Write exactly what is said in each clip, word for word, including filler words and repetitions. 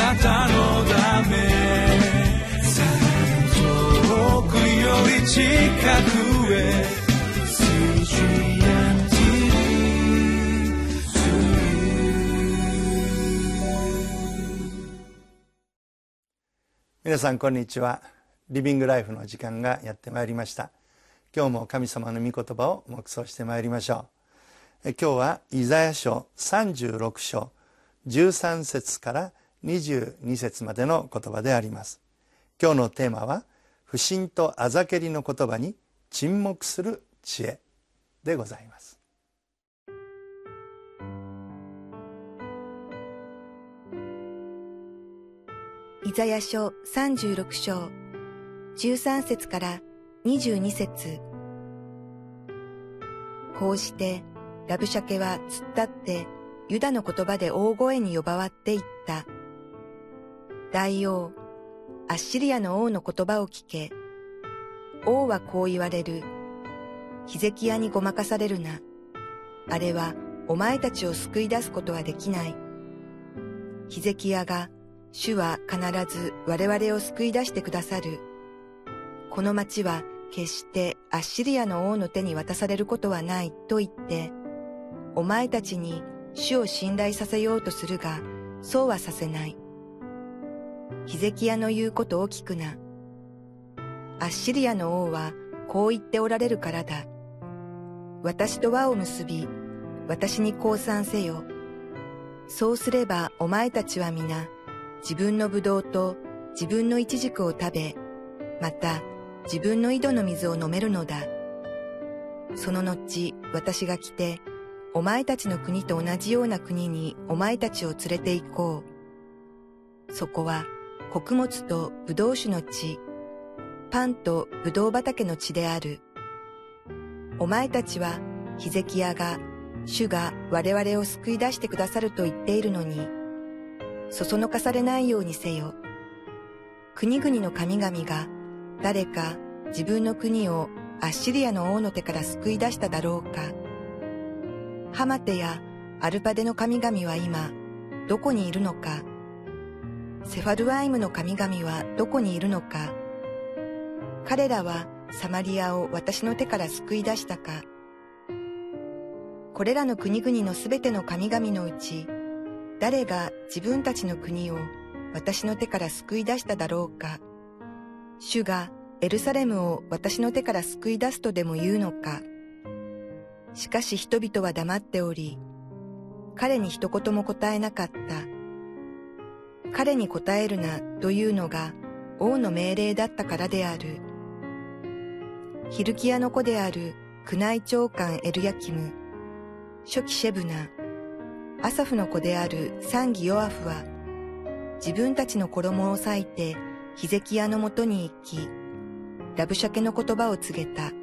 なたのため遠くより近くへ皆さんこんにちは。リビングライフの時間がやってまいりました。今日も神様の御言葉を黙想してまいりましょう。今日はイザヤ書さんじゅうろく章じゅうさん節からにじゅうに節までの言葉であります。今日のテーマは不信とあざけりの言葉に沈黙する知恵でございます。 イザヤ書さんじゅうろく章じゅうさん節からにじゅうに節。こうしてラブシャケは突っ立ってユダの言葉で大声に呼ばわっていった。大王、アッシリアの王の言葉を聞け。王はこう言われる。ヒゼキヤにごまかされるな。あれはお前たちを救い出すことはできない。ヒゼキヤが主は必ず我々を救い出してくださる。この町は決してアッシリアの王の手に渡されることはないと言って、お前たちに主を信頼させようとするが、そうはさせない。ヒゼキヤの言うことを聞くな。アッシリアの王はこう言っておられるからだ。私と輪を結び、私に降参せよ。そうすればお前たちは皆、自分のブドウと自分のイチジクを食べ、また自分の井戸の水を飲めるのだ。その後、私が来て、お前たちの国と同じような国にお前たちを連れて行こう。そこは穀物とブドウ酒の地、パンとブドウ畑の地である。お前たちはヒゼキヤが主が我々を救い出してくださると言っているのに、そそのかされないようにせよ。国々の神々が誰か自分の国をアッシリアの王の手から救い出しただろうか。ハマテやアルパデの神々は今どこにいるのか。セファルワイムの神々はどこにいるのか。彼らはサマリアを私の手から救い出したか。これらの国々のすべての神々のうち、誰が自分たちの国を私の手から救い出しただろうか。主がエルサレムを私の手から救い出すとでも言うのか。しかし人々は黙っており、彼に一言も答えなかった。彼に答えるなというのが王の命令だったからである。ヒルキヤの子である宮内長官エルヤキム、書記シェブナ、アサフの子であるサンギヨアフは、自分たちの衣を裂いてヒゼキヤのもとに行き、ラブシャケの言葉を告げた。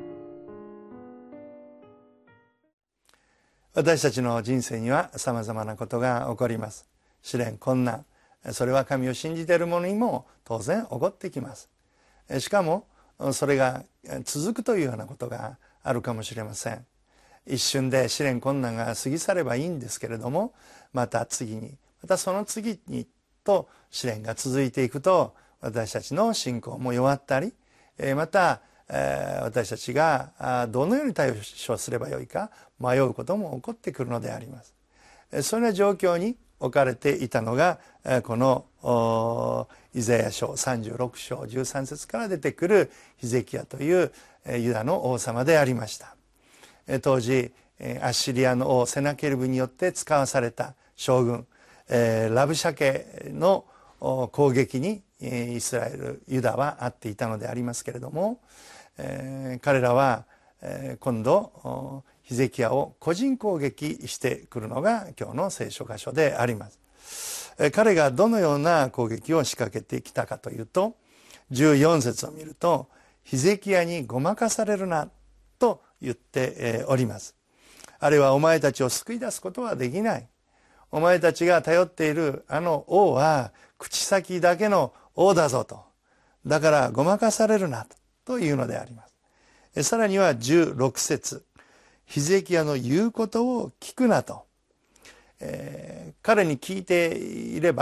私たちの人生にはさまざまなことが起こります。試練、困難、それは神を信じている者にも当然起こってきます。しかもそれが続くというようなことがあるかもしれません。一瞬で試練困難が過ぎ去ればいいんですけれども、また次にまたその次にと試練が続いていくと、私たちの信仰も弱ったり、また私たちがどのように対処すればよいか迷うことも起こってくるのであります。そんな状況に置かれていたのがこのイザヤ書さんじゅうろく章じゅうさん節から出てくるヒゼキヤというユダの王様でありました。当時アッシリアの王セナケルブによって使わされた将軍ラブシャケの攻撃にイスラエルユダは遭っていたのでありますけれども、彼らは今度ヒゼキヤを個人攻撃してくるのが今日の聖書箇所であります。彼がどのような攻撃を仕掛けてきたかというと、じゅうよん節を見るとヒゼキヤにごまかされるなと言っております。あれはお前たちを救い出すことはできない。お前たちが頼っているあの王は口先だけの王だぞと。だからごまかされるなというのであります。さらにはじゅうろく節、ヒゼキヤの言うことを聞くなと。えー、彼に聞いていれば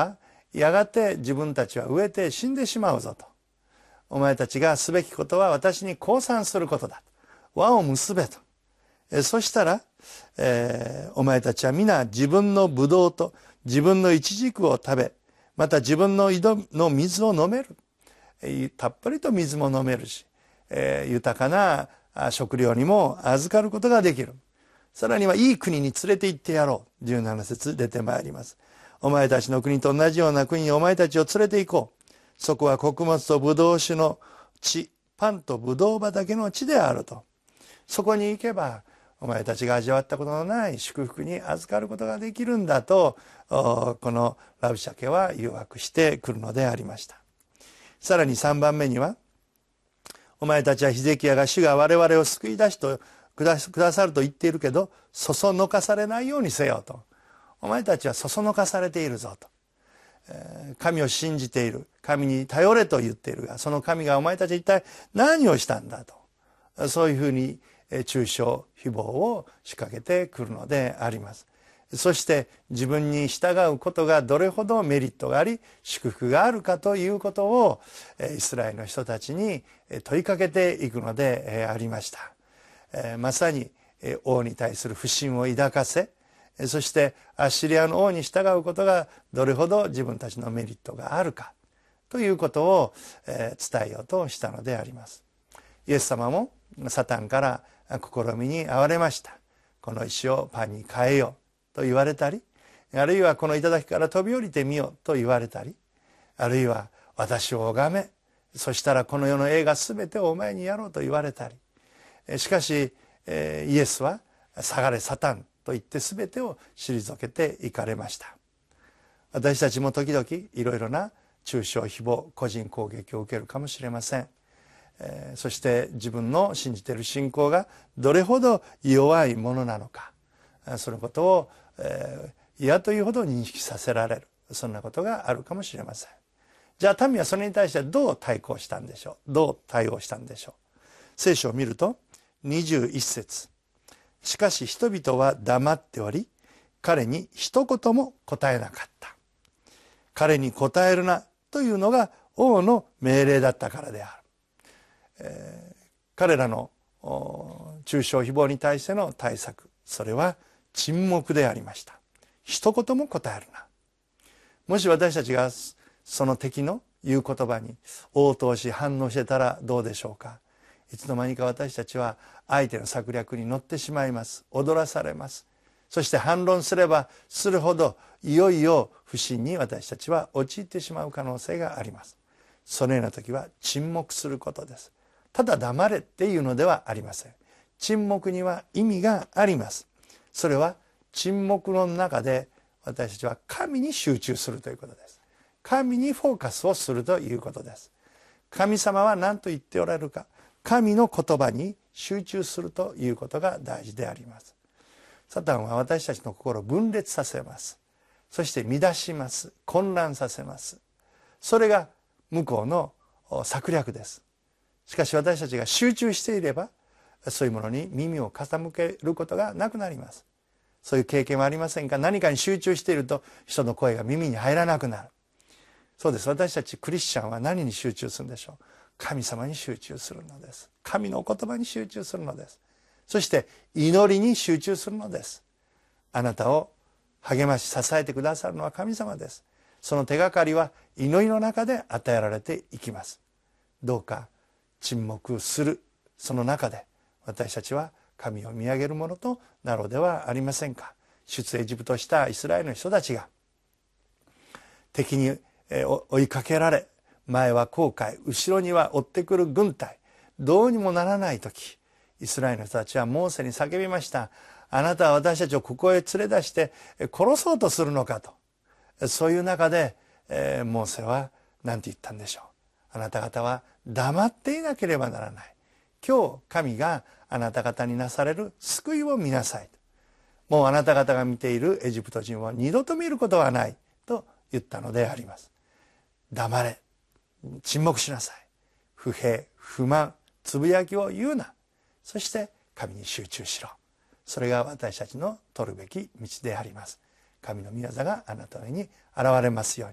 やがて自分たちは飢えて死んでしまうぞと。お前たちがすべきことは私に降参することだ。輪を結べと。えそしたら、えー、お前たちは皆自分のブドウと自分のイチジクを食べ、また自分の井戸の水を飲める。えー、たっぷりと水も飲めるし、えー、豊かな食料にも預かることができる。さらにはいい国に連れて行ってやろう。じゅうなな節出てまいります。お前たちの国と同じような国にお前たちを連れて行こう。そこは穀物とブドウ酒の地、パンとブドウ畑の地であると。そこに行けばお前たちが味わったことのない祝福に預かることができるんだと、このラブシャケは誘惑してくるのでありました。さらにさんばんめには、お前たちはヒゼキヤが主が我々を救い出しとくださると言っているけど、そそのかされないようにせよと。お前たちはそそのかされているぞと。神を信じている、神に頼れと言っているが、その神がお前たち一体何をしたんだと、そういうふうに中傷誹謗を仕掛けてくるのであります。そして自分に従うことがどれほどメリットがあり祝福があるかということをイスラエルの人たちに問いかけていくのでありました。まさに王に対する不信を抱かせ、そしてアッシリアの王に従うことがどれほど自分たちのメリットがあるかということを伝えようとしたのであります。イエス様もサタンから試みに遭われました。この石をパンに変えようと言われたり、あるいはこの頂から飛び降りてみようと言われたり、あるいは私を拝め、そしたらこの世の栄華すべてをお前にやろうと言われたり、しかしイエスは下がれサタンと言ってすべてを退けていかれました。私たちも時々いろいろな中傷誹謗個人攻撃を受けるかもしれません。えー、そして自分の信じている信仰がどれほど弱いものなのか、そのことを、えー、嫌というほど認識させられる、そんなことがあるかもしれません。じゃあ民はそれに対してどう対抗したんでしょう、どう対応したんでしょう。聖書を見るとにじゅういち節、しかし人々は黙っており彼に一言も答えなかった。彼に答えるなというのが王の命令だったからである。えー、彼らの中傷誹謗に対しての対策、それは沈黙でありました。一言も答えるな。もし私たちがその敵の言う言葉に応答し反応してたらどうでしょうか。いつの間にか私たちは相手の策略に乗ってしまいます。踊らされます。そして反論すればするほどいよいよ不信に私たちは陥ってしまう可能性があります。そのような時は沈黙することです。ただ黙れっていうのではありません。沈黙には意味があります。それは沈黙の中で私たちは神に集中するということです。神にフォーカスをするということです。神様は何と言っておられるか、神の言葉に集中するということが大事であります。サタンは私たちの心を分裂させます。そして乱します。混乱させます。それが向こうの策略です。しかし私たちが集中していればそういうものに耳を傾けることがなくなります。そういう経験はありませんか。何かに集中していると人の声が耳に入らなくなる。そうです。私たちクリスチャンは何に集中するんでしょう。神様に集中するのです。神のお言葉に集中するのです。そして祈りに集中するのです。あなたを励まし支えてくださるのは神様です。その手がかりは祈りの中で与えられていきます。どうか沈黙するその中で私たちは神を見上げるものとなろうではありませんか。出エジプトしたイスラエルの人たちが敵に追いかけられ、前は航海、後ろには追ってくる軍隊、どうにもならない時、イスラエルの人たちはモーセに叫びました。あなたは私たちをここへ連れ出して殺そうとするのかと。そういう中で、えー、モーセは何て言ったんでしょう。あなた方は黙っていなければならない。今日神があなた方になされる救いを見なさい。もうあなた方が見ているエジプト人を二度と見ることはないと言ったのであります。黙れ、沈黙しなさい。不平、不満、つぶやきを言うな。そして神に集中しろ。それが私たちの取るべき道であります。神の御業があなたの上に現れますように。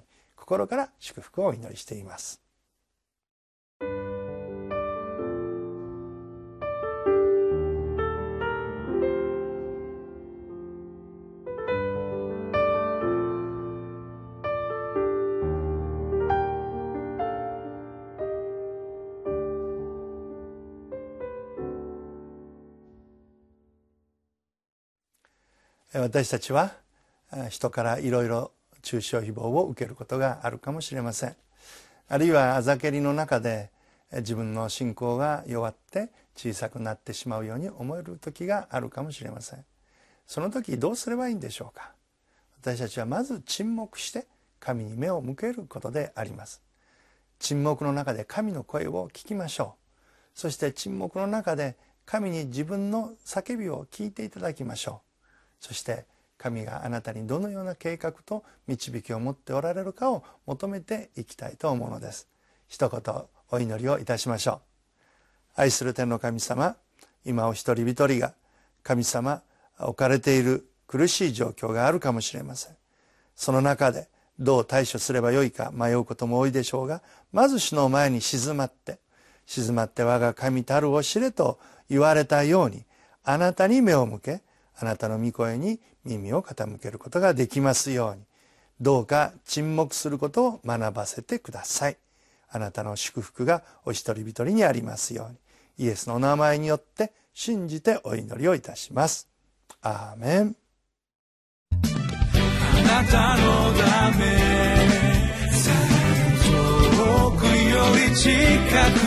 心から祝福をお祈りしています。私たちは人からいろいろ中傷誹謗を受けることがあるかもしれません。あるいはあざけりの中で自分の信仰が弱って小さくなってしまうように思える時があるかもしれません。その時どうすればいいんでしょうか。私たちはまず沈黙して神に目を向けることであります。沈黙の中で神の声を聞きましょう。そして沈黙の中で神に自分の叫びを聞いていただきましょう。そして神があなたにどのような計画と導きを持っておられるかを求めていきたいと思うのです。一言お祈りをいたしましょう。愛する天の神様、今お一人一人が神様置かれている苦しい状況があるかもしれません。その中でどう対処すればよいか迷うことも多いでしょうが、まず主の前に静まって静まって我が神たるを知れと言われたように、あなたに目を向け、あなたの御声に耳を傾けることができますように、どうか沈黙することを学ばせてください。あなたの祝福がお一人一人にありますように、イエスのお名前によって信じてお祈りをいたします。アーメン。 あなたのため遠くより近く